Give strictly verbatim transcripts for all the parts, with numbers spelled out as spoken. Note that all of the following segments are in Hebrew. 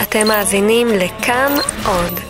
אתם מאזינים לכאן עוד.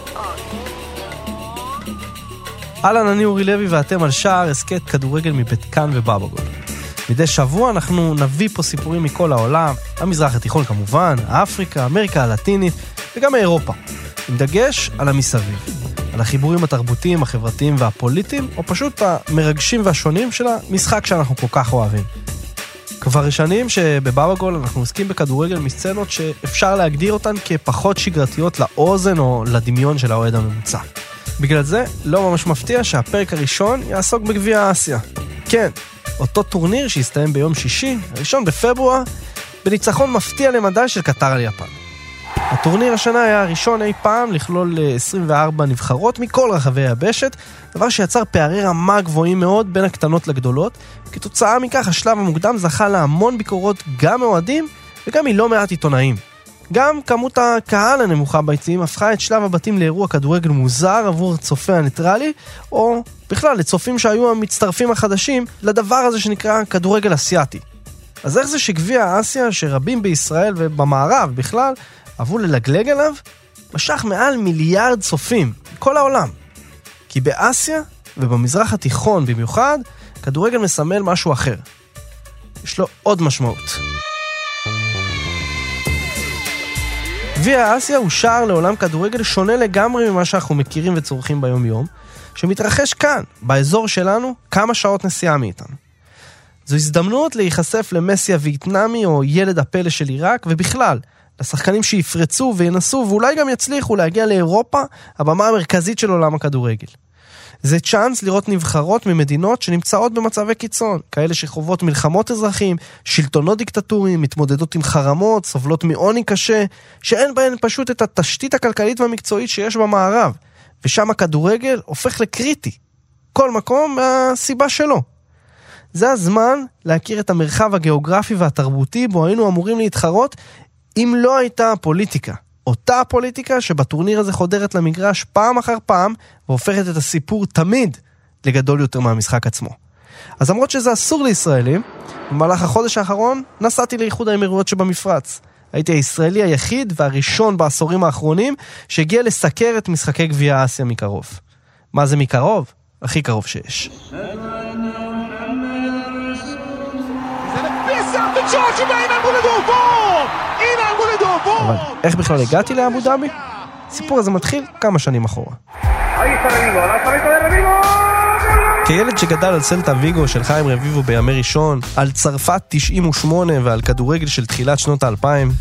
אהלן, אני אורי לוי ואתם על שער הסקט כדורגל מבית כאן ובאבא גול. מדי שבוע אנחנו נביא פה סיפורים מכל העולם, המזרח התיכון כמובן, אפריקה, אמריקה הלטינית וגם אירופה, עם דגש על המסביב, על החיבורים התרבותיים, החברתיים והפוליטיים, או פשוט המרגשים והשונים של המשחק שאנחנו כל כך אוהבים. כבר שנים שבבאבא גול אנחנו עוסקים בכדורגל מסצנות שאפשר להגדיר אותן כפחות שגרתיות לאוזן או לדמיון של האוהד הממוצע. בגלל זה לא ממש מפתיע שהפרק הראשון יעסוק בגביע אסיה. כן, אותו טורניר שהסתיים ביום שישי, הראשון בפברואר, בניצחון מפתיע למדי של קטר על יפן. הטורניר השנה היה הראשון אי פעם לכלול עשרים וארבע נבחרות מכל רחבי היבשת, דבר שיצר פערי רמה גבוהים מאוד בין הקטנות לגדולות. כתוצאה מכך השלב המוקדם זכה להמון ביקורות גם מאוהדים וגם מלא מעט עיתונאים. גם כמות הקהל הנמוכה ביציעים הפכה את שלב הבתים לאירוע כדורגל מוזר עבור צופה הניטרלי, או בכלל לצופים שהיו המצטרפים החדשים לדבר הזה שנקרא כדורגל אסיאטי. אז איך זה שגביע אסיה, שרבים בישראל ובמערב בכלל אהבו ללגלג עליו, משך מעל מיליארד צופים כל העולם? כי באסיה ובמזרח התיכון במיוחד, כדורגל מסמל משהו אחר. יש לו עוד משמעות. גביע אסיה הוא שער לעולם כדורגל שונה לגמרי ממה שאנחנו מכירים וצורכים ביום יום, שמתרחש כאן, באזור שלנו, כמה שעות נסיעה מאיתנו. זו הזדמנות להיחשף למסי הווייטנאמי או ילד הפלא של עיראק, ובכלל, לשחקנים שיפרצו וינסו ואולי גם יצליחו להגיע לאירופה, הבמה המרכזית של עולם הכדורגל. זה צ'אנס לראות נבחרות ממדינות שנמצאות במצבי קיצון, כאלה שחוות מלחמות אזרחים, שלטונות דיקטטוריים, מתמודדות עם חרמות, סובלות מעוני קשה, שאין בהן פשוט את התשתית הכלכלית והמקצועית שיש במערב, ושם הכדורגל הופך לקריטי. כל מקום מהסיבה שלו. זה הזמן להכיר את המרחב הגיאוגרפי והתרבותי בו היינו אמורים להתחרות, אם לא הייתה הפוליטיקה. אותה הפוליטיקה שבטורניר הזה חודרת למגרש פעם אחר פעם, והופכת את הסיפור תמיד לגדול יותר מהמשחק עצמו. אז למרות שזה אסור לישראלים, במהלך החודש האחרון נסעתי לאיחוד האמירויות שבמפרץ. הייתי הישראלי היחיד והראשון בעשורים האחרונים שהגיע לסקר את משחקי גביע אסיה מקרוב. מה זה מקרוב? הכי קרוב שיש. אבל איך בכלל הגעתי לאבו דאבי? הסיפור הזה מתחיל כמה שנים אחורה. כילד שגדל על סלטה ויגו של חיים רביבו בימי ראשון, על צרפת תשעים ושמונה ועל כדורגל של תחילת שנות האלפיים,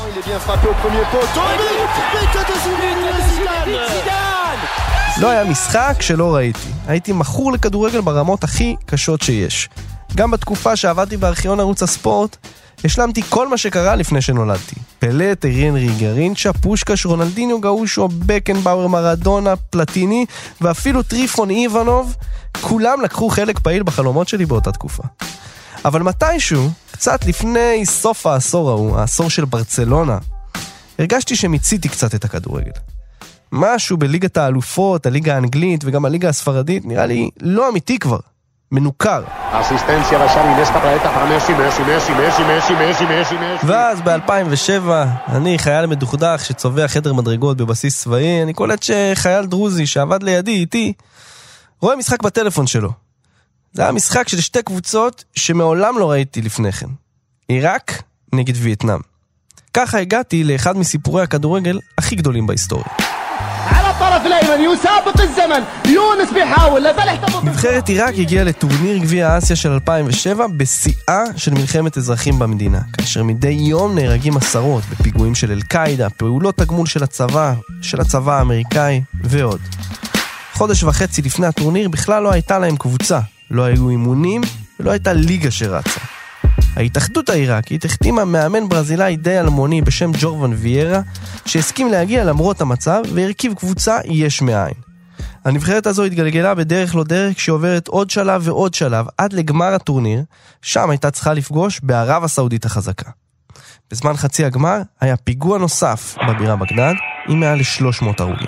לא היה משחק שלא ראיתי. הייתי מכור לכדורגל ברמות הכי קשות שיש. גם בתקופה שעבדתי בארכיון ערוץ הספורט, השלמתי כל מה שקרה לפני שנולדתי. פלה, טריאנרי, גרינצ'ה, פושקש, רונלדיניו, גאושו, בקנבאואר, מרדונה, פלטיני ואפילו טריפון איוונוב, כולם לקחו חלק פעיל בחלומות שלי באותה תקופה. אבל מתישהו, קצת לפני סוף העשור ההוא, העשור של ברצלונה, הרגשתי שמיציתי קצת את הכדורגל. משהו בליגת האלופות, הליגה האנגלית וגם הליגה הספרדית נראה לי לא אמיתי כבר. מנוכר. ואז ב-אלפיים ושבע אני חייל מדוכדך שצובע חדר מדרגות בבסיס צבאי, אני קולט שחייל דרוזי שעבד לידי איתי רואה משחק בטלפון שלו. זה היה משחק של שתי קבוצות שמעולם לא ראיתי לפני כן, עיראק נגד וייטנאם. ככה הגעתי לאחד מסיפורי הכדורגל הכי גדולים בהיסטוריה. נבחרת עיראק הגיעה לטורניר גביע אסיה של אלפיים ושבע בשיאה של מלחמת אזרחים במדינה, כאשר מדי יום נהרגים עשרות בפיגועים של אל-קאידה, פעולות תגמול של הצבא, של הצבא האמריקאי ועוד. חודש וחצי לפני הטורניר בכלל לא הייתה להם קבוצה, לא היו אימונים ולא הייתה ליגה שרצה. ההתאחדות העיראקית החתימה מאמן ברזילאי די אלמוני בשם ג'ורבן ויירה, שהסכים להגיע למרות המצב והרכיב קבוצה יש מאין. הנבחרת הזו התגלגלה בדרך לא דרך כשעוברת עוד שלב ועוד שלב עד לגמר הטורניר, שם הייתה צריכה לפגוש בערב הסעודית החזקה. בזמן חצי הגמר היה פיגוע נוסף בבירה בגדד עם מעל ל-שלוש מאות הרוגים.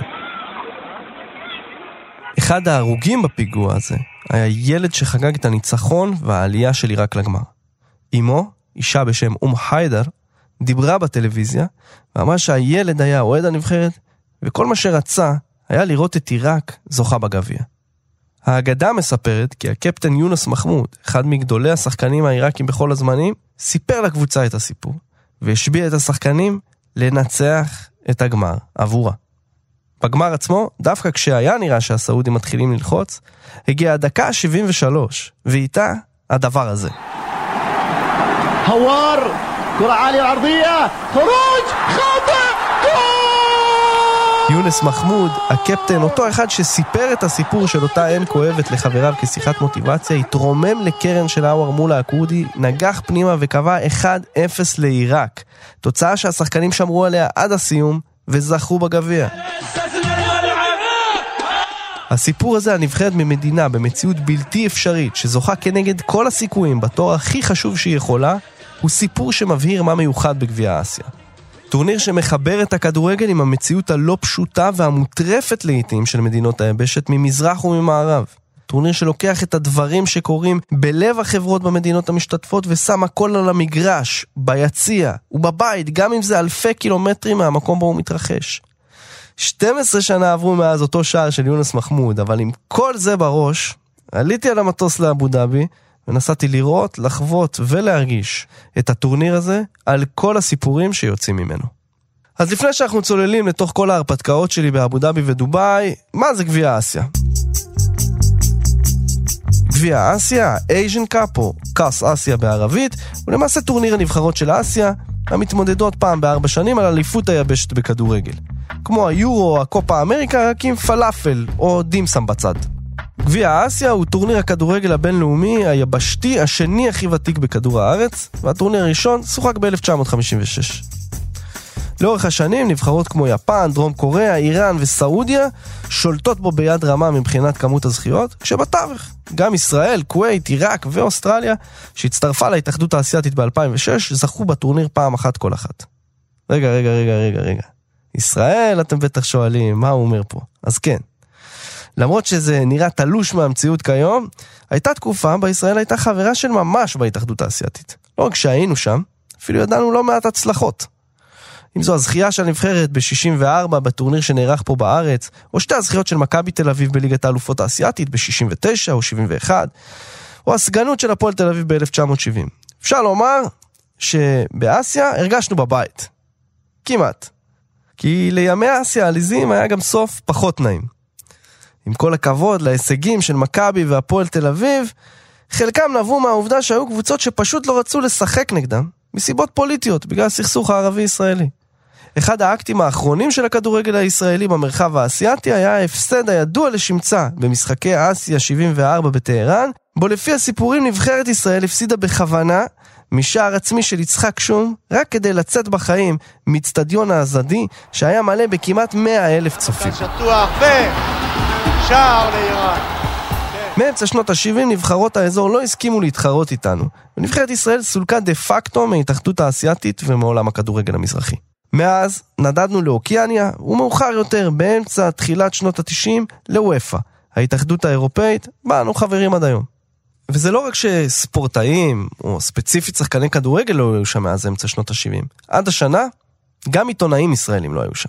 אחד ההרוגים בפיגוע הזה היה ילד שחגג את הניצחון והעלייה של עיראק לגמר. אמו, אישה בשם אום חיידר, דיברה בטלוויזיה, ואמרה שהילד היה אוהד הנבחרת, וכל מה שרצה היה לראות את עיראק זוכה בגביע. האגדה מספרת כי הקפטן יונס מחמוד, אחד מגדולי השחקנים העיראקים בכל הזמנים, סיפר לקבוצה את הסיפור, והשביע את השחקנים לנצח את הגמר עבורה. בגמר עצמו, דווקא כשהיה נראה שהסעודים מתחילים ללחוץ, הגיעה הדקה שבעים ושלוש, ואיתה הדבר הזה. هوار كرة عالية العرضية خروج خاطئ יונס מחמוד, הקפטן, אותו אחד שסיפר את הסיפור של אותה אם כואבת לחבריו כשיחת מוטיבציה, התרומם לקרן של האוור מולה הקורדי, נגח פנימה וקבע אחד אפס לעיראק. תוצאה שהשחקנים שמרו עליה עד הסיום וזכו בגביע. הסיפור הזה, הנבחרת ממדינה במציאות בלתי אפשרית שזוכה כנגד כל הסיכויים בתואר הכי חשוב שהיא יכולה, הוא סיפור שמבהיר מה מיוחד בגביע אסיה. טורניר שמחבר את הכדורגל עם המציאות הלא פשוטה והמוטרפת לעתים של מדינות היבשת ממזרח וממערב. טורניר שלוקח את הדברים שקורים בלב החברות במדינות המשתתפות ושם הכל על המגרש, ביציע ובבית, גם אם זה אלפי קילומטרים מהמקום בו הוא מתרחש. שתים עשרה שנה עברו מאז אותו שער של יונס מחמוד, אבל עם כל זה בראש, עליתי על המטוס לאבו דאבי, ונסעתי לראות, לחוות ולהרגיש את הטורניר הזה על כל הסיפורים שיוצאים ממנו. אז לפני שאנחנו צוללים לתוך כל ההרפתקאות שלי באבו דאבי ודובאי, מה זה גביע אסיה? גביע אסיה, Asian Cup או קאס אסיה בערבית, הוא למעשה טורניר הנבחרות של אסיה, המתמודדות פעם בארבע שנים על אליפות היבשת בכדורגל. כמו היורו או הקופה אמריקה, רק עם פלאפל או דימסם בצד. גביע אסיה הוא טורניר הכדורגל הבינלאומי היבשתי השני הכי ותיק בכדור הארץ, והטורניר הראשון שוחק ב-אלף תשע מאות חמישים ושש. לאורך השנים נבחרות כמו יפן, דרום קוריאה, איראן וסעודיה שולטות בו ביד רמה מבחינת כמות הזכיות, כשבתווך גם ישראל, כווית, עיראק ואוסטרליה שהצטרפה להתאחדות האסייתית ב-אלפיים ושש זכו בטורניר פעם אחת כל אחת. רגע, רגע, רגע, רגע, רגע. ישראל, אתם בטח שואלים, מה הוא אומר פה? אז כן. למרות שזה נראה תלוש מהמציאות כיום, הייתה תקופה בישראל הייתה חברה של ממש בהתאחדות האסייתית. לא רק שהיינו שם, אפילו ידענו לא מעט הצלחות. אם זו הזכייה של הנבחרת ב-שישים וארבע בטורניר שנערך פה בארץ, או שתי הזכיות של מכבי תל אביב בליגת האלופות האסייתית ב-שישים ותשע או שבעים ואחת, או הסגנות של הפועל תל אביב ב-אלף תשע מאות שבעים. אפשר לומר שבאסיה הרגשנו בבית. כמעט. כי לימי האסיה העליזים היה גם סוף פחות נעים. עם כל הכבוד להישגים של מכבי והפועל תל אביב, חלקם נבעו מהעובדה שהיו קבוצות שפשוט לא רצו לשחק נגדם, מסיבות פוליטיות, בגלל הסכסוך הערבי-ישראלי. אחד האקטים האחרונים של הכדורגל הישראלי במרחב האסייתי היה ההפסד הידוע לשמצה במשחקי אסיה שבעים וארבע בטהרן, בו לפי הסיפורים נבחרת ישראל הפסידה בכוונה משער עצמי של יצחק שום, רק כדי לצאת בחיים מצטדיון האזדי שהיה מלא בכמעט מאה אלף צופים. שטוח ושער לאיראן. מאמצע שנות ה-שבעים נבחרות האזור לא הסכימו להתחרות איתנו, ונבחרת ישראל סולקה דה פקטו מהתאחדות האסייתית ומעולם הכדורגל המזרחי. מאז נדדנו לאוקיאניה, ומאוחר יותר באמצע תחילת שנות ה-תשעים לאופה, ההתאחדות האירופאית, בה אנו חברים עד היום. וזה לא רק שספורטאים, או ספציפית שחקני כדורגל לא היו שם מאז אמצע שנות ה-שבעים. עד השנה, גם עיתונאים ישראלים לא היו שם.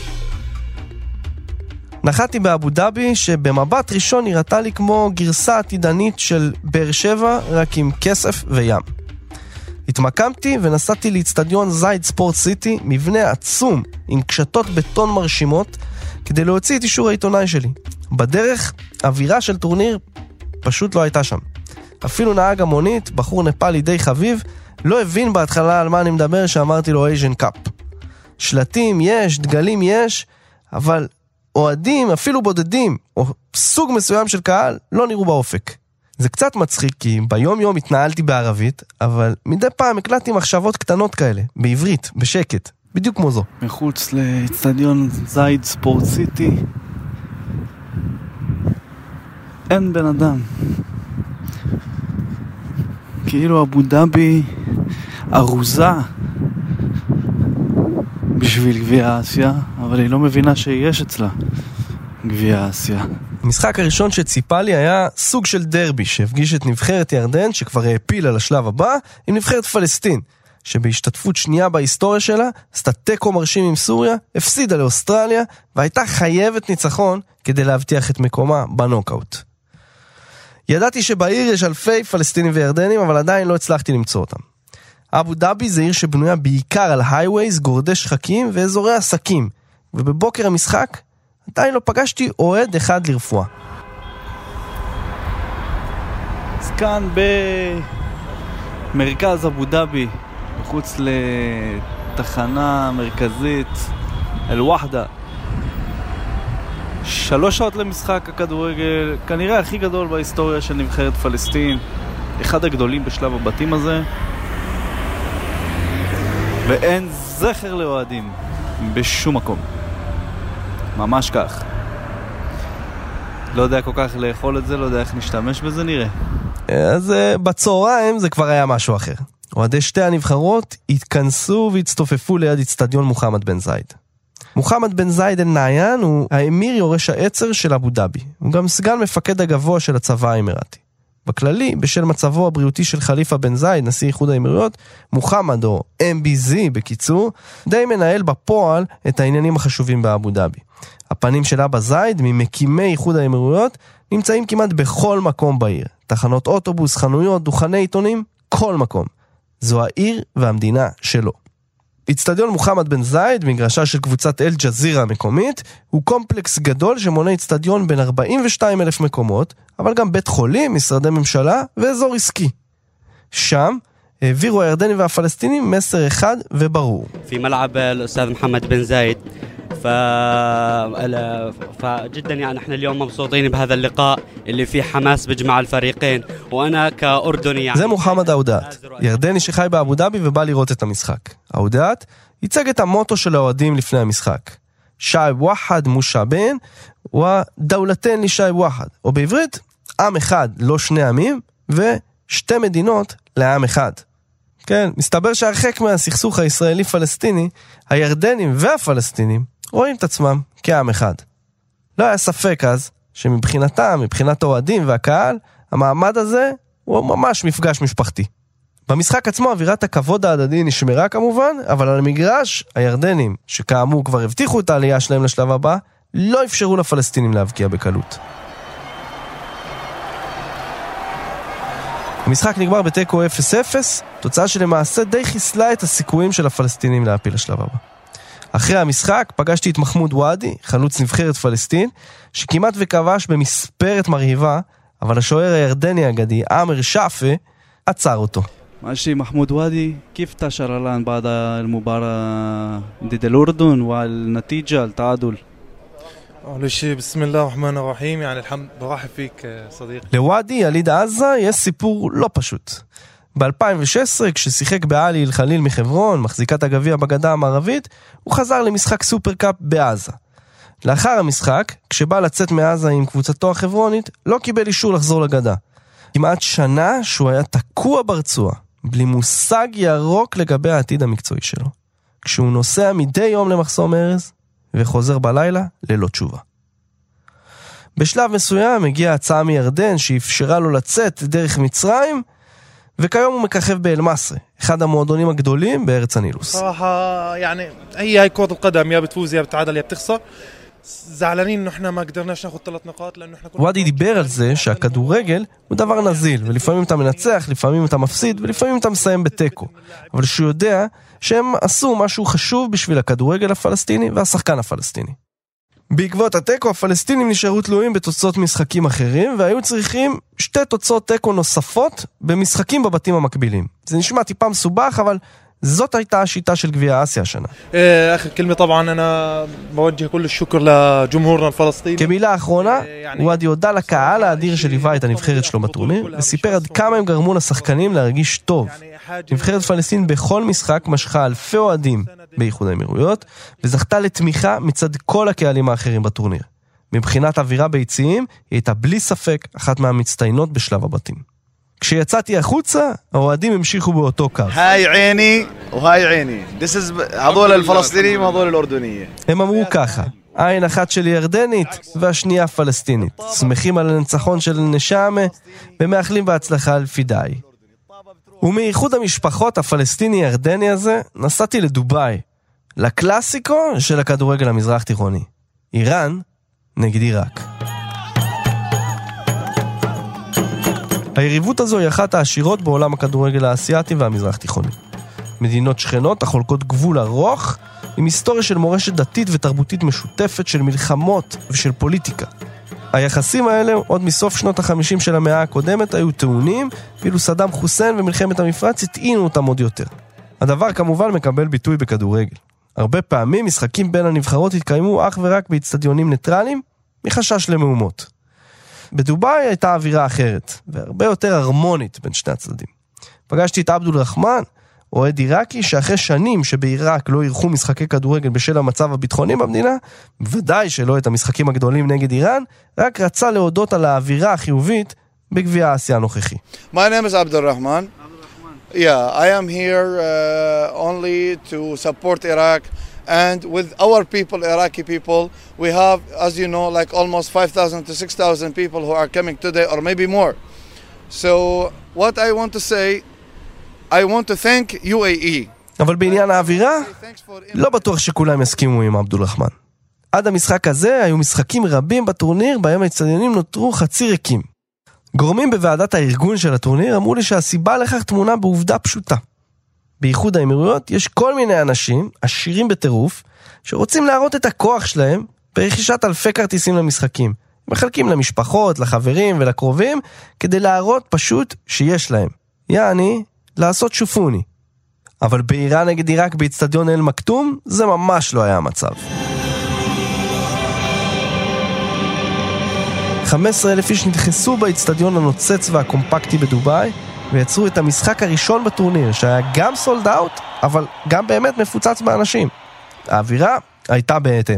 נחתי באבו דאבי שבמבט ראשון נראתה לי כמו גרסה עתידנית של באר שבע, רק עם כסף וים. התמקמתי ונסעתי לאצטדיון זייד ספורט סיטי, מבנה עצום עם קשתות בטון מרשימות, כדי להוציא את אישור העיתונאי שלי. בדרך, אווירה של טורניר פשוט לא הייתה שם. אפילו נהג המונית, בחור נפאלי די חביב, לא הבין בהתחלה על מה אני מדבר שאמרתי לו Asian Cup. שלטים יש, דגלים יש, אבל אוהדים, אפילו בודדים, או סוג מסוים של קהל, לא נראו באופק. זה קצת מצחיק, כי ביום יום התנהלתי בערבית, אבל מדי פעם הקלטתי מחשבות קטנות כאלה, בעברית, בשקט, בדיוק כמו זו. מחוץ לאצטדיון זייד ספורט סיטי, אין בן אדם. כאילו אבו דאבי ארוזה בשביל גביע אסיה, אבל היא לא מבינה שיש אצלה גביע אסיה. המשחק הראשון שציפה לי היה סוג של דרבי שהפגיש את נבחרת ירדן שכבר העפילה לשלב הבא עם נבחרת פלסטין. שבהשתתפות שנייה בהיסטוריה שלה, עשתה תיקו מרשים עם סוריה, הפסידה לאוסטרליה, והייתה חייבת ניצחון כדי להבטיח את מקומה בנוקאוט. ידעתי שבעיר יש אלפי פלסטינים וירדנים, אבל עדיין לא הצלחתי למצוא אותם. אבו דאבי זה עיר שבנויה בעיקר על הייווייז, גורדי שחקים ואזורי עסקים, ובבוקר המשחק עדיין לא פגשתי אוהד אחד לרפואה. אז כאן במרכז אבו דאבי, מחוץ לתחנה מרכזית אל-וחדה, שלוש שעות למשחק הכדורגל, כנראה הכי גדול בהיסטוריה של נבחרת פלסטין, אחד הגדולים בשלב הבתים הזה, ואין זכר לאוהדים בשום מקום, ממש כך. לא יודע כל כך לאכול את זה, לא יודע איך נשתמש בזה, נראה. אז בצהריים זה כבר היה משהו אחר. אוהדי שתי הנבחרות התכנסו והצטופפו ליד אצטדיון מוחמד בן זייד. מוחמד בן זייד אל-נעיין הוא האמיר יורש העצר של אבו דאבי. הוא גם סגן מפקד הגבוה של הצבא האמירתי. בכללי, בשל מצבו הבריאותי של חליפה בן זייד, נשיא איחוד האמירויות, מוחמד או אם בי זי בקיצור, די מנהל בפועל את העניינים החשובים באבו דאבי. הפנים של אבא זייד, ממקימי איחוד האמירויות, נמצאים כמעט בכל מקום בעיר. תחנות אוטובוס, חנויות, דוכני עיתונים, כל מקום. זו העיר והמדינה שלו. אצטדיון מוחמד בן זייד, מגרשה של קבוצת אל-ג'זירה המקומית, הוא קומפלקס גדול שמונה אצטדיון בין ארבעים ושניים אלף מקומות, אבל גם בית חולים, משרדי ממשלה ואזור עסקי. שם העבירו הירדנים והפלסטינים מסר אחד וברור. في ملعب الأستاذ محمد بن زايد ف... فجدا يعني احنا اليوم مبسوطين بهذا اللقاء اللي فيه حماس بجمع الفريقين وانا كأردني يعني. זה מוחמד אודעת, ירדני שחי באבו דאבי ובא לראות את המשחק. אודעת ייצג את המוטו של האוהדים לפני המשחק. שייב וחד מושאבין ודאולתן לשייב וחד, או בעברית עם אחד לא שני עמים ושתי מדינות לעם אחד. כן, מסתבר שהרחק מהסכסוך הישראלי-פלסטיני, הירדנים והפלסטינים רואים את עצמם כעם אחד. לא היה ספק אז שמבחינתם, מבחינת האוהדים והקהל, המעמד הזה הוא ממש מפגש משפחתי. במשחק עצמו אווירת הכבוד ההדדי נשמרה כמובן, אבל על המגרש הירדנים, שכאמור כבר הבטיחו את העלייה שלהם לשלב הבא, לא אפשרו לפלסטינים להבקיע בקלות. המשחק נגמר בתיקו אפס אפס, תוצאה שלמעשה די חיסלה את הסיכויים של הפלסטינים להפיל לשלב הבא. אחרי המשחק פגשתי את מחמוד ואדי, חלוץ נבחרת פלסטין, שכמעט וכבש במספרת מרהיבה, אבל השוער הירדני האגדי, עמר שאפה, עצר אותו. ماشي محمود وادي كيف تشعر الآن بعد المباراة ضد الأردن والنتيجة التعادل؟ أول شيء بسم الله الرحمن الرحيم يعني الحمد برحب فيك صديقي. לוואדי, יליד עזה, יש סיפור לא פשוט. ב-אלפיים ושש עשרה, כששיחק בעלי אל-חליל מחברון, מחזיקת הגביע בגדה המערבית, הוא חזר למשחק סופרקאפ בעזה. לאחר המשחק, כשבא לצאת מעזה עם קבוצתו החברונית, לא קיבל אישור לחזור לגדה. כמעט שנה שהוא היה תקוע ברצועה, בלי מושג ירוק לגבי העתיד המקצועי שלו. כשהוא נוסע מדי יום למחסום ארז, וחוזר בלילה ללא תשובה. בשלב מסוים הגיעה הצעה מירדן שאפשרה לו לצאת דרך מצרים, וכיום הוא מככב באל-מסרי, אחד המועדונים הגדולים בארץ הנילוס. صراحة يعني هي هاي كرة القدم يا بتفوز يا بتعادل يا بتخسر. زعلانين انه احنا ما قدرناش ناخذ ثلاث نقاط لانه احنا كنا. ואדי דיבר על זה שהכדורגל הוא דבר נזיל, ולפעמים אתה מנצח, לפעמים אתה מפסיד, ולפעמים אתה מסיים בטקו. אבל שהוא יודע שהם עשו משהו חשוב בשביל הכדורגל הפלסטיני והשחקן הפלסטיני. בעקבות הטקו, הפלסטינים נשארו תלויים בתוצאות משחקים אחרים, והיו צריכים שתי תוצאות טקו נוספות במשחקים בבתים המקבילים. זה נשמע טיפה מסובך, אבל זאת הייתה השיטה של גביע אסיה השנה. آخر كلمة طبعا أنا بوجه كل الشكر لجمهورنا الفلسطيني. כמילה האחרונה, ואדי הודה לקהל האדיר שליווה את הנבחרת שלו בטורניר, וסיפר עד כמה הם גרמו לשחקנים להרגיש טוב. נבחרת פלסטין בכל משחק משכה אלפי אוהדים באיחוד האמירויות, וזכתה לתמיכה מצד כל הקהלים האחרים בטורניר. מבחינת אווירה ביציעים, היא הייתה בלי ספק אחת מהמצטיינות בשלב הבתים. כשיצאתי החוצה, האוהדים המשיכו באותו קו. היי עיני והי עיני. This is هذول الفلسطينيين وهذول الأردنيين. הם אמרו ככה, עין אחת שלי ירדנית והשנייה פלסטינית. שמחים על הניצחון של נשאמה ומאחלים בהצלחה על פידאי. ומאיחוד המשפחות הפלסטיני-ירדני הזה נסעתי לדובאי, לקלאסיקו של הכדורגל המזרח תיכוני. איראן נגד עיראק. היריבות הזו היא אחת העשירות בעולם הכדורגל האסייתי והמזרח תיכוני. מדינות שכנות החולקות גבול ארוך עם היסטוריה של מורשת דתית ותרבותית משותפת, של מלחמות ושל פוליטיקה. היחסים האלה עוד מסוף שנות החמישים של המאה הקודמת היו טעונים, ואילו סדאם חוסיין ומלחמת המפרץ הטעינו אותם עוד יותר. הדבר כמובן מקבל ביטוי בכדורגל. הרבה פעמים משחקים בין הנבחרות התקיימו אך ורק באצטדיונים ניטרליים, מחשש למהומות. בדובאי הייתה אווירה אחרת, והרבה יותר הרמונית בין שני הצדדים. פגשתי את עבדול רחמן, אוהד עיראקי, שאחרי שנים שבעיראק לא אירחו משחקי כדורגל בשל המצב הביטחוני במדינה, ודאי שלא את המשחקים הגדולים נגד איראן, רק רצה להודות על האווירה החיובית בגביע האסיה הנוכחי. My name is Abdul Rahman. Yeah, I am here uh, only to support Iraq, and with our people, Iraqi people, we have, as you know, like almost five thousand to six thousand people who are coming today, or maybe more. So what I want to say, I want to thank יו איי אי. אבל בעניין האווירה, לא בטוח שכולם יסכימו עם עבדול רחמן. עד המשחק הזה היו משחקים רבים בטורניר, בהם האצטדיונים נותרו חצי ריקים. גורמים בוועדת הארגון של הטורניר אמרו לי שהסיבה לכך תמונה בעובדה פשוטה. באיחוד האמירויות יש כל מיני אנשים, עשירים בטירוף, שרוצים להראות את הכוח שלהם ברכישת אלפי כרטיסים למשחקים. מחלקים למשפחות, לחברים ולקרובים, כדי להראות פשוט שיש להם. יעני, לעשות שופוני. אבל באיראן נגד עיראק באצטדיון אל מקטום, זה ממש לא היה המצב. חמישה עשר אלף איש נדחסו באצטדיון הנוצץ והקומפקטי בדובאי, ויצרו את המשחק הראשון בטורניר, שהיה גם סולד אאוט, אבל גם באמת מפוצץ באנשים. האווירה הייתה בהתאם.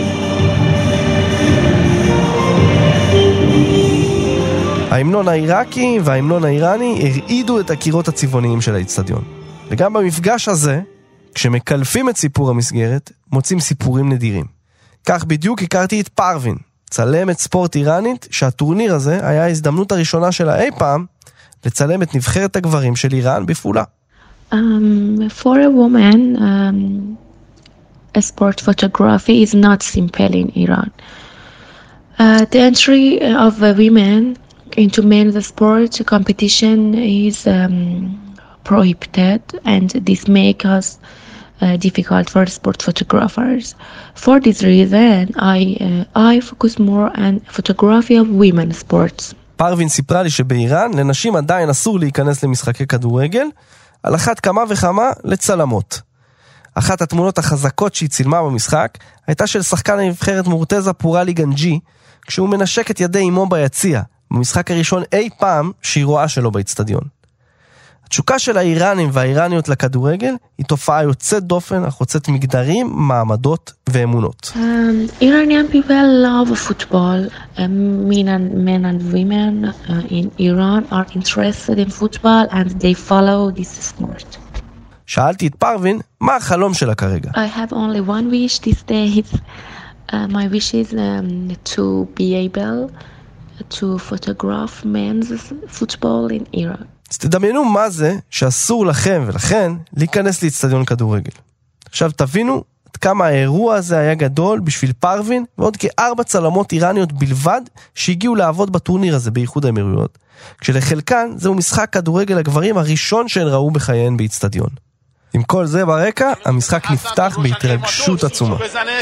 ההמנון העיראקי וההמנון האיראני הרעידו את הקירות הצבעוניים של האצטדיון. וגם במפגש הזה, כשמקלפים את סיפור המסגרת, מוצאים סיפורים נדירים. כך בדיוק הכרתי את פרווין, צלמת ספורט איראנית, שהטורניר הזה היה ההזדמנות הראשונה שלה אי פעם, לצלם את נבחרת הגברים של איראן בפעולה. Um, for a woman, um, a sport photography is not simple in Iran. Uh, the entry of a women into men's sport competition is um, prohibited, and this makes us uh, difficult for sport photographers. For this reason, I uh, I focus more on photography of women's sports. פרווין סיפרה לי שבאיראן לנשים עדיין אסור להיכנס למשחקי כדורגל, על אחת כמה וכמה לצלמות. אחת התמונות החזקות שהיא צילמה במשחק הייתה של שחקן הנבחרת מורתזה פורלי גנג'י, כשהוא מנשק את ידי אמו ביציע, במשחק הראשון אי פעם שהיא רואה שלו באצטדיון. התשוקה של האיראנים והאיראניות לכדורגל היא תופעה יוצאת דופן, החוצת מגדרים, מעמדות ואמונות. Um, Iranian people love football. Um, men and men and women uh, in Iran are interested in football and they follow this sport. שאלתי את פרווין, מה החלום שלה כרגע? I have only one wish these days. Uh, my wish is um, to be able to photograph men's football in Iran. אז תדמיינו מה זה שאסור לכם ולכן להיכנס לאצטדיון כדורגל. עכשיו תבינו עד כמה האירוע הזה היה גדול בשביל פרווין ועוד כארבע צלמות איראניות בלבד שהגיעו לעבוד בטורניר הזה באיחוד האמירויות, כשלחלקן זהו משחק כדורגל הגברים הראשון שהן ראו בחייהן באצטדיון. עם כל זה ברקע, המשחק נפתח בהתרגשות עצומה.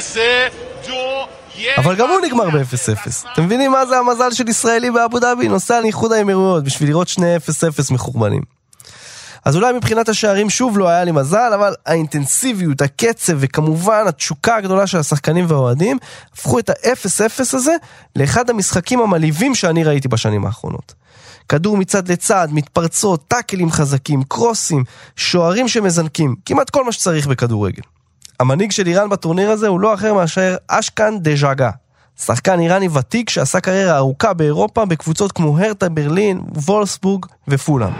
אבל גם הוא נגמר ב-אפס אפס. אתם מבינים מה זה המזל של ישראלי באבו דאבי? נוסע לאיחוד האמירויות בשביל לראות שני אפס אפס מחורבנים. אז אולי מבחינת השערים שוב לא היה לי מזל, אבל האינטנסיביות, הקצב וכמובן התשוקה הגדולה של השחקנים והאוהדים הפכו את ה-אפס אפס הזה לאחד המשחקים המלהיבים שאני ראיתי בשנים האחרונות. כדור מצד לצד, מתפרצות, טאקלים חזקים, קרוסים, שוערים שמזנקים, כמעט כל מה שצריך בכדורגל. המנהיג של איראן בטורניר הזה הוא לא אחר מאשר אשכן דז'אגה, שחקן איראני ותיק שעשה קריירה ארוכה באירופה בקבוצות כמו הרטה ברלין, וולסבורג ופולאם.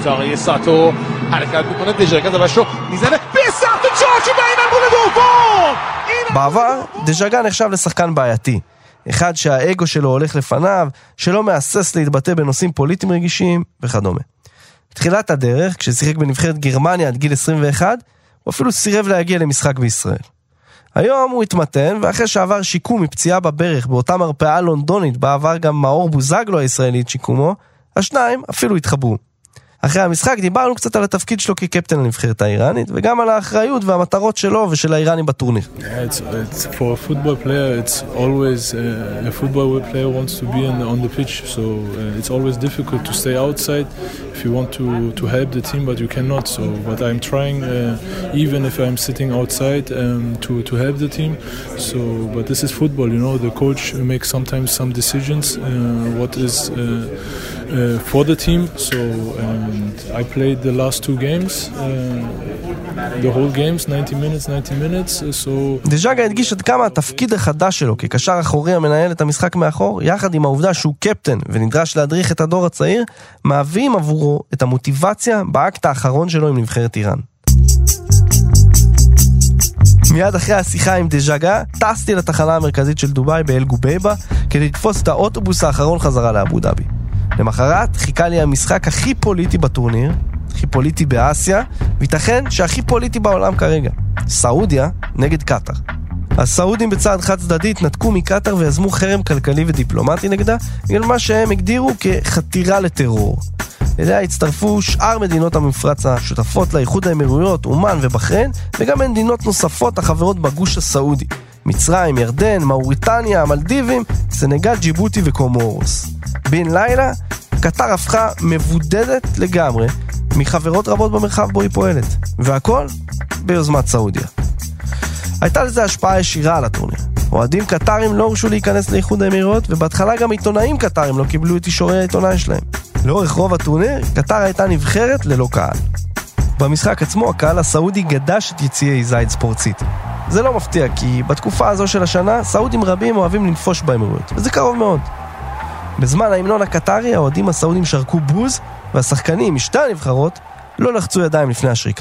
בעבר דז'אגה נחשב לשחקן בעייתי, אחד שהאגו שלו הולך לפניו, שלא מאסס להתבטא בנושאים פוליטיים רגישים וכדומה. בתחילת הדרך, כששיחק בנבחרת גרמניה עד גיל עשרים ואחת, הוא אפילו סירב להגיע למשחק בישראל. היום הוא התמתן, ואחרי שעבר שיקום מפציעה בברך באותה מרפאה לונדונית, בעבר גם מאור בוזגלו הישראלית שיקומו, השניים אפילו התחברו. אחרי המשחק דיברנו קצת על התפקיד שלו כקפטן לנבחרת האיראנית, וגם על האחריות והמטרות שלו ושל האיראנים בטורניר. Yeah, it's, it's, for a football player, it's always uh, a football player wants to be in, on the pitch, so uh, it's always difficult to stay outside if you want to, to help the team, but you cannot. So, but I'm trying, uh, even if I'm sitting outside, um, to, to help the team. So, but this is football, you know, the coach makes sometimes some decisions, uh, what is uh, uh, for the team, so and I played the last two games, uh, the whole games, ninety minutes, ninety minutes, so... דז'אגה הדגיש עד כמה התפקיד החדש שלו כקשר אחורי המנהל את המשחק מאחור, יחד עם העובדה שהוא קפטן ונדרש להדריך את הדור הצעיר, מהווים עבורו את המוטיבציה באקט האחרון שלו עם נבחרת איראן. מיד אחרי השיחה עם דז'אגה, טסתי לתחנה המרכזית של דובאי באל גובייבה, כדי לתפוס את האוטובוס האחרון חזרה לאבו דאבי. למחרת חיכה לי המשחק הכי פוליטי בטורניר, הכי פוליטי באסיה, ויתכן שהכי פוליטי בעולם כרגע. סעודיה נגד קטר. הסעודים בצעד חד צדדי התנתקו מקטר ויזמו חרם כלכלי ודיפלומטי נגדה, בגלל מה שהם הגדירו כחתירה לטרור. אליה הצטרפו שאר מדינות המפרץ השותפות לאיחוד האמירויות, אומן ובחריין, וגם מדינות נוספות החברות בגוש הסעודי. מצרים, ירדן, מאוריטניה, המלדיבים, סנגל, ג'יבוטי וקומורוס. בין לילה, קטר הפכה מבודדת לגמרי מחברות רבות במרחב בו היא פועלת, והכל ביוזמת סעודיה. הייתה לזה השפעה ישירה על הטורניר. אוהדים קטרים לא הורשו להיכנס לאיחוד האמירויות, ובהתחלה גם עיתונאים קטרים לא קיבלו את אישורי העיתונאי שלהם. לאורך רוב הטורניר, קטר הייתה נבחרת ללא קהל. במשחק עצמו, הקהל הסעודי גדש את יציעי זייד ספורט סיטי. זה לא מפתיע, כי בתקופה הזו של השנה, סעודים רבים אוהבים לנפוש באמירויות, וזה קרוב מאוד. בזמן ההמנון הקטרי, האוהדים הסעודים שרקו בוז, והשחקנים משתי הנבחרות לא לחצו ידיים לפני השריקה.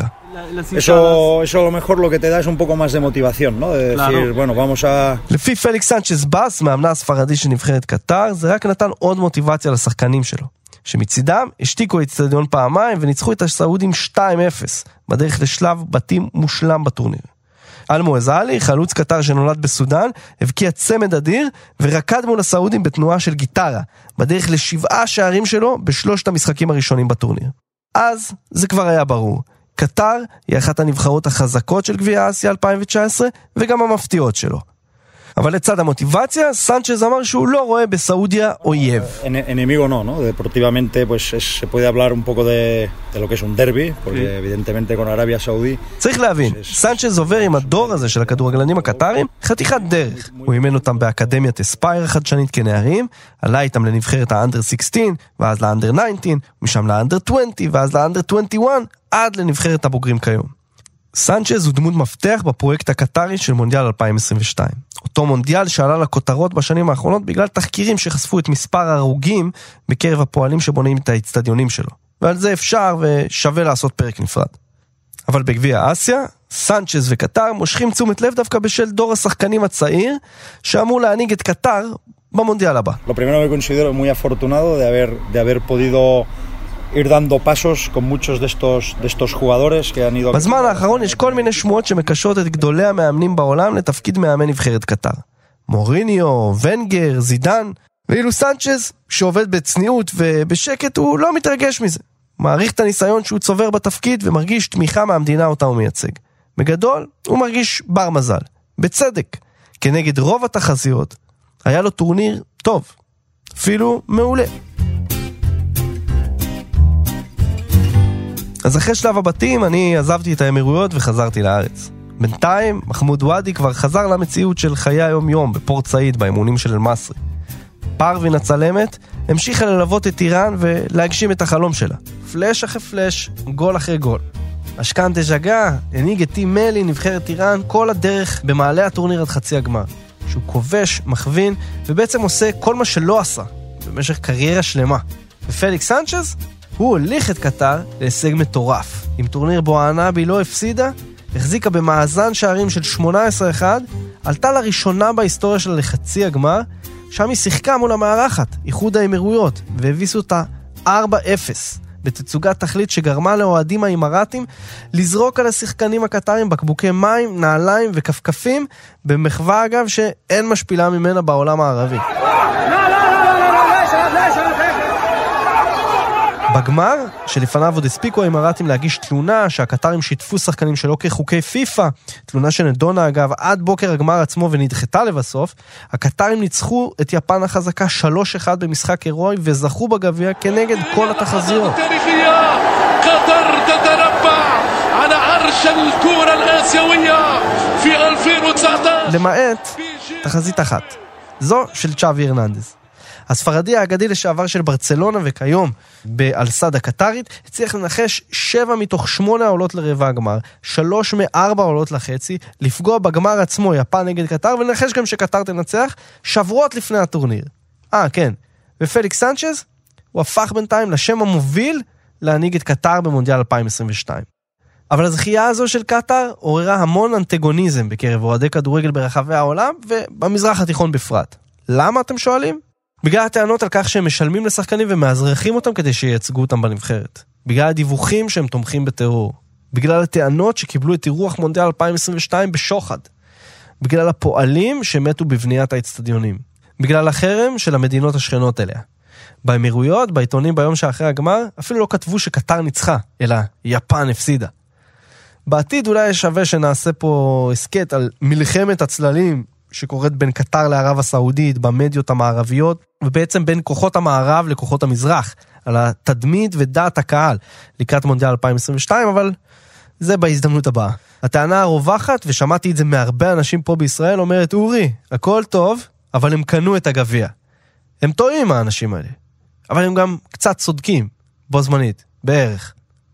Eso, eso a lo mejor lo que te da es un poco más de motivación, ¿no? De decir, bueno, vamos a... לפי פליקס סנצ'ז בס, מאמנה הספרדי של נבחרת קטר, זה רק נתן עוד מוטיבציה לשחקנים שלו, שמצידם השתיקו את האצטדיון פעמיים וניצחו את הסעודים שתיים אפס, בדרך לשלב בתים מושלם בטורניר. אל-מועזלי, חלוץ קטר שנולד בסודן, הבקיע צמד אדיר ורקד מול הסעודים בתנועה של גיטרה, בדרך לשבעה שערים שלו בשלושת המשחקים הראשונים בטורניר. אז זה כבר היה ברור. קטר היא אחת הנבחרות החזקות של גביע אסיה אלפיים תשע עשרה וגם המפתיעות שלו. אבל לצד המוטיבציה, סנצ'ז אמר שהוא לא רואה בסעודיה אויב. Enemigo no, ¿no? Deportivamente pues se puede hablar un poco de de lo que es un derbi, porque evidentemente con Arabia Saudí. צריך להבין, סנצ'ז עובר עם הדור הזה של הכדורגלנים הקטרים חתיכת דרך. הוא אימן אותם באקדמיית אספייר החדשנית כנערים, עלה איתם לנבחרת האנדר שש עשרה, ואז לאנדר תשע עשרה, משם לאנדר עשרים, ואז לאנדר עשרים ואחת, עד לנבחרת הבוגרים כיום. סנצ'ז הוא דמות מפתח בפרויקט הקטרי של מונדיאל אלפיים עשרים ושתיים. אותו מונדיאל שעלה לכותרות בשנים האחרונות בגלל תחקירים שחשפו את מספר ההרוגים בקרב הפועלים שבונים את האצטדיונים שלו. ועל זה אפשר ושווה לעשות פרק נפרד. אבל בגביע אסיה, סנצ'ז וקטר מושכים תשומת לב דווקא בשל דור השחקנים הצעיר שאמור להנהיג את קטר במונדיאל הבא. Lo primero que considero muy afortunado de haber de haber podido ir dando pasos con muchos de estos de estos jugadores que han ido. בזמן האחרון יש כל מיני שמועות שמקשרות את גדולי המאמנים בעולם לתפקיד מאמן נבחרת קטר. מוריניו, ונגר, זידן, ואילו סנצ'ז שעובד בצניעות ובשקט הוא לא מתרגש מזה. מעריך את הניסיון שהוא צובר בתפקיד ומרגיש תמיכה מהמדינה אותה הוא מייצג. בגדול הוא מרגיש בר מזל, בצדק, כנגד רוב התחזיות. היה לו טורניר טוב, אפילו מעולה. אז אחרי שלב הבתים אני עזבתי את האמירויות וחזרתי לארץ. בינתיים מחמוד וואדי כבר חזר למציאות של חיי היום יום בפורט סעיד באימונים של אל-מסרי. פרווין הצלמת המשיכה ללוות את איראן ולהגשים את החלום שלה. פלש אחרי פלש, גול אחרי גול. אשכן דז'אגה הנהיג את טים מלי נבחרת איראן כל הדרך במעלה הטורניר עד חצי הגמר. שהוא כובש, מכווין ובעצם עושה כל מה שלא עשה במשך קריירה שלמה. ופליקס סנצ'ז הוא הוליך את קטר להישג מטורף. עם טורניר בו האנאבי לא הפסידה, החזיקה במאזן שערים של שמונה עשרה אחד, עלתה לראשונה בהיסטוריה שלה לחצי הגמר, שם היא שיחקה מול המארחת, איחוד האמירויות, והביסו אותה ארבע אפס, בתצוגת תכלית שגרמה לאוהדים האימראטים לזרוק על השחקנים הקטרים בקבוקי מים, נעליים וכפכפים, במחווה אגב שאין משפילה ממנה בעולם הערבי. בגמר, שלפניו עוד הספיקו האימראטים להגיש תלונה שהקטרים שיתפו שחקנים שלא כחוקי פיפה, תלונה שנדונה אגב עד בוקר הגמר עצמו ונדחתה לבסוף, הקטרים ניצחו את יפן החזקה שלוש אחד במשחק הירואי וזכו בגביע כנגד כל התחזיות. קטר תתרבע על ערש الكرة الآسيوية في ألفين وتسعة عشر למעט תחזית אחת, זו של צ'אבי הרננדז. הספרדי האגדי לשעבר של ברצלונה וכיום באלסד הקטרית הצליח לנחש שבע מתוך שמונה העולות לרבע הגמר, שלוש מארבע עולות לחצי, לפגוע בגמר עצמו יפן נגד קטר ולנחש גם שקטר תנצח שבועות לפני הטורניר. אה כן, ופליקס סנצ'ז הוא הפך בינתיים לשם המוביל להנהיג את קטר במונדיאל אלפיים עשרים ושתיים. אבל הזכייה הזו של קטר עוררה המון אנטגוניזם בקרב אוהדי כדורגל ברחבי העולם ובמזרח התיכון בפרט. למה אתם שואלים? בגלל הטענות על כך שהם משלמים לשחקנים ומאזרחים אותם כדי שייצגו אותם בנבחרת. בגלל הדיווחים שהם תומכים בטרור. בגלל הטענות שקיבלו את אירוח מונדיאל אלפיים עשרים ושתיים בשוחד. בגלל הפועלים שמתו בבניית האצטדיונים. בגלל החרם של המדינות השכנות אליה. באמירויות, בעיתונים ביום שאחרי הגמר, אפילו לא כתבו שקטר ניצחה, אלא יפן הפסידה. בעתיד אולי שווה שנעשה פה הסקט על מלחמת הצללים שקורית בין קטר לערב הסעודית במדיות המערביות, ובעצם בין כוחות המערב לכוחות המזרח, על התדמית ודעת הקהל לקראת מונדיאל אלפיים עשרים ושתיים, אבל זה בהזדמנות הבאה. הטענה הרווחת, ושמעתי את זה מהרבה אנשים פה בישראל, אומרת, אורי, הכל טוב, אבל הם קנו את הגביע. הם טועים האנשים האלה, אבל הם גם קצת צודקים, בו זמנית, בערך.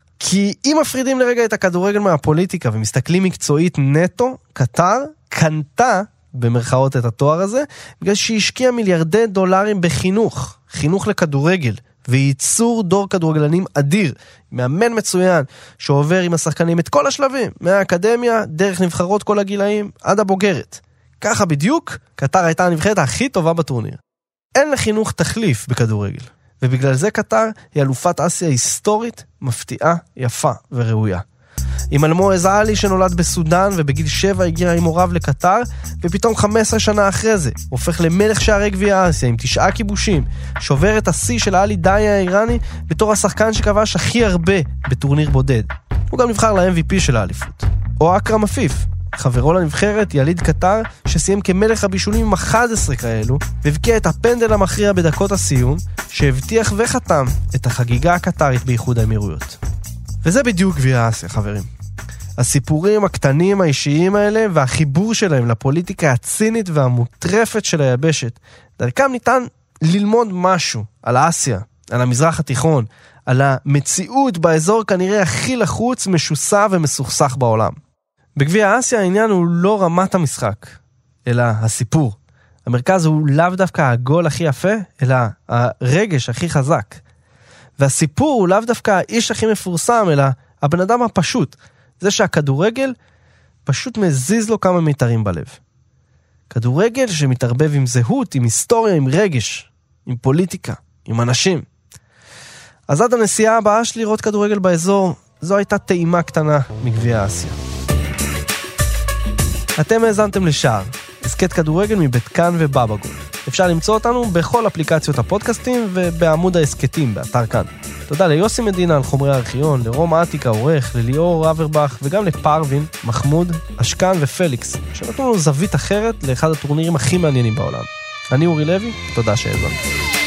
כי אם מפרידים לרגע את הכדורגל מהפוליטיקה ומסתכלים מקצועית נטו, קטר קנתה במרכאות את התואר הזה, בגלל שהיא השקיעה מיליארדי דולרים בחינוך, חינוך לכדורגל, וייצור דור כדורגלנים אדיר, מאמן מצוין, שעובר עם השחקנים את כל השלבים, מהאקדמיה, דרך נבחרות כל הגילאים, עד הבוגרת. ככה בדיוק, קטר הייתה הנבחרת הכי טובה בטורניר. אין לחינוך תחליף בכדורגל, ובגלל זה קטר היא אלופת אסיה היסטורית, מפתיעה, יפה וראויה. עם אלמו עזעלי שנולד בסודן ובגיל שבע הגיע עם הוריו לקטר, ופתאום חמש עשרה שנה אחרי זה הופך למלך שערי גביע אסיה עם תשעה כיבושים, שובר את השיא של עלי דאיה האיראני בתור השחקן שכבש הכי הרבה בטורניר בודד. הוא גם נבחר ל-אם וי פי של האליפות. או אכרם עפיף, חברו לנבחרת, יליד קטר, שסיים כמלך הבישולים עם אחת עשרה כאלו, והבקיע את הפנדל המכריע בדקות הסיום, שהבטיח וחתם את החגיגה הקטרית באיחוד האמירויות. וזה בדיוק גביע אסיה, חברים. הסיפורים הקטנים האישיים האלה והחיבור שלהם לפוליטיקה הצינית והמוטרפת של היבשת, דרכם ניתן ללמוד משהו על אסיה, על המזרח התיכון, על המציאות באזור כנראה הכי לחוץ, משוסע ומסוכסך בעולם. בגביע אסיה העניין הוא לא רמת המשחק, אלא הסיפור. המרכז הוא לאו דווקא הגול הכי יפה, אלא הרגש הכי חזק. והסיפור הוא לאו דווקא האיש הכי מפורסם, אלא הבן אדם הפשוט. זה שהכדורגל פשוט מזיז לו כמה מיתרים בלב. כדורגל שמתערבב עם זהות, עם היסטוריה, עם רגש, עם פוליטיקה, עם אנשים. אז עד הנסיעה הבאה שלי לראות כדורגל באזור, זו הייתה טעימה קטנה מגביע אסיה. אתם האזנתם לשער, הסקט כדורגל מבית כאן ובאבא גול. אפשר למצוא אותנו בכל אפליקציות הפודקאסטים ובעמוד העסקטים באתר כאן. תודה ליוסי מדינה על חומרי הארכיון, לרום עתיקה עורך, לליאור אברבך וגם לפרווין, מחמוד, אשכן ופליקס, שנתנו לנו זווית אחרת לאחד הטורנירים הכי מעניינים בעולם. אני אורי לוי, תודה שהאזנתם.